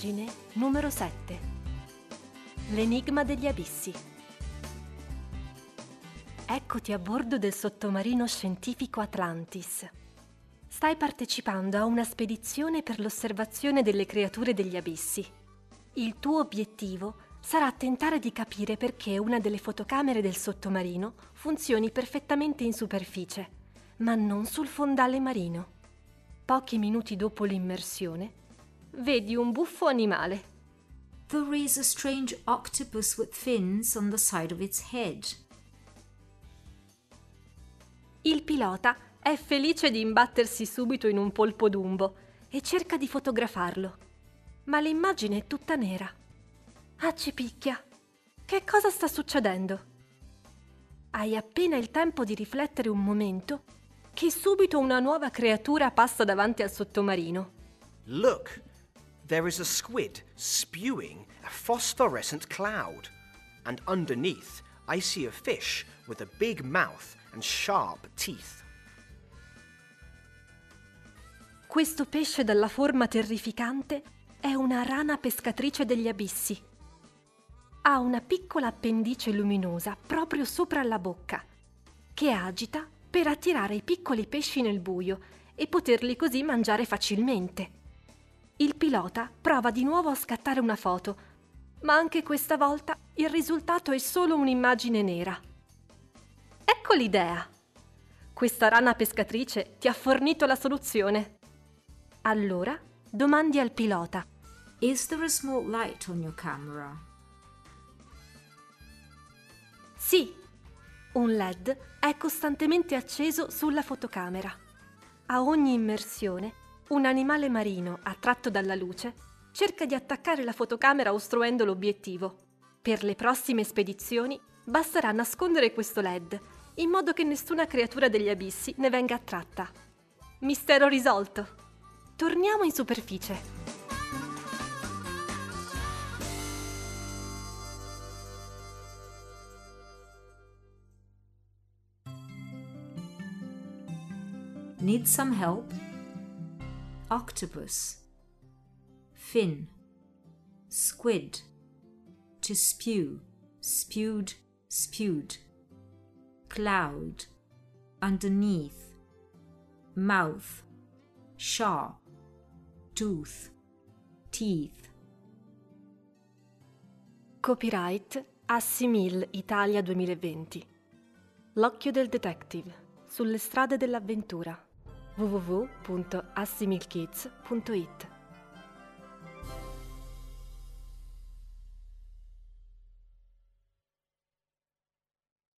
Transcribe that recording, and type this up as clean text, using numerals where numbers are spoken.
Pagine numero 7. L'enigma degli abissi. Eccoti a bordo del sottomarino scientifico Atlantis. Stai partecipando a una spedizione per l'osservazione delle creature degli abissi. Il tuo obiettivo sarà tentare di capire perché una delle fotocamere del sottomarino funzioni perfettamente in superficie, ma non sul fondale marino. Pochi minuti dopo l'immersione, vedi un buffo animale. There is a strange octopus with fins on the side of its head. Il pilota è felice di imbattersi subito in un polpo Dumbo e cerca di fotografarlo, ma l'immagine è tutta nera. Accipicchia! Che cosa sta succedendo? Hai appena il tempo di riflettere un momento che subito una nuova creatura passa davanti al sottomarino. Look! There is a squid spewing a phosphorescent cloud, and underneath I see a fish with a big mouth and sharp teeth. Questo pesce dalla forma terrificante è una rana pescatrice degli abissi. Ha una piccola appendice luminosa proprio sopra la bocca, che agita per attirare i piccoli pesci nel buio e poterli così mangiare facilmente. Il pilota prova di nuovo a scattare una foto, ma anche questa volta il risultato è solo un'immagine nera. Ecco l'idea! Questa rana pescatrice ti ha fornito la soluzione. Allora domandi al pilota: Is there a small light on your camera? Sì, un LED è costantemente acceso sulla fotocamera. A ogni immersione, un animale marino, attratto dalla luce, cerca di attaccare la fotocamera ostruendo l'obiettivo. Per le prossime spedizioni basterà nascondere questo LED, in modo che nessuna creatura degli abissi ne venga attratta. Mistero risolto! Torniamo in superficie. Need some help? Octopus. Fin. Squid. To spew. Spewed, spewed. Cloud. Underneath. Mouth. Sharp. Tooth. Teeth. Copyright Assimil Italia 2020. L'occhio del detective sulle strade dell'avventura. www.assimilkids.it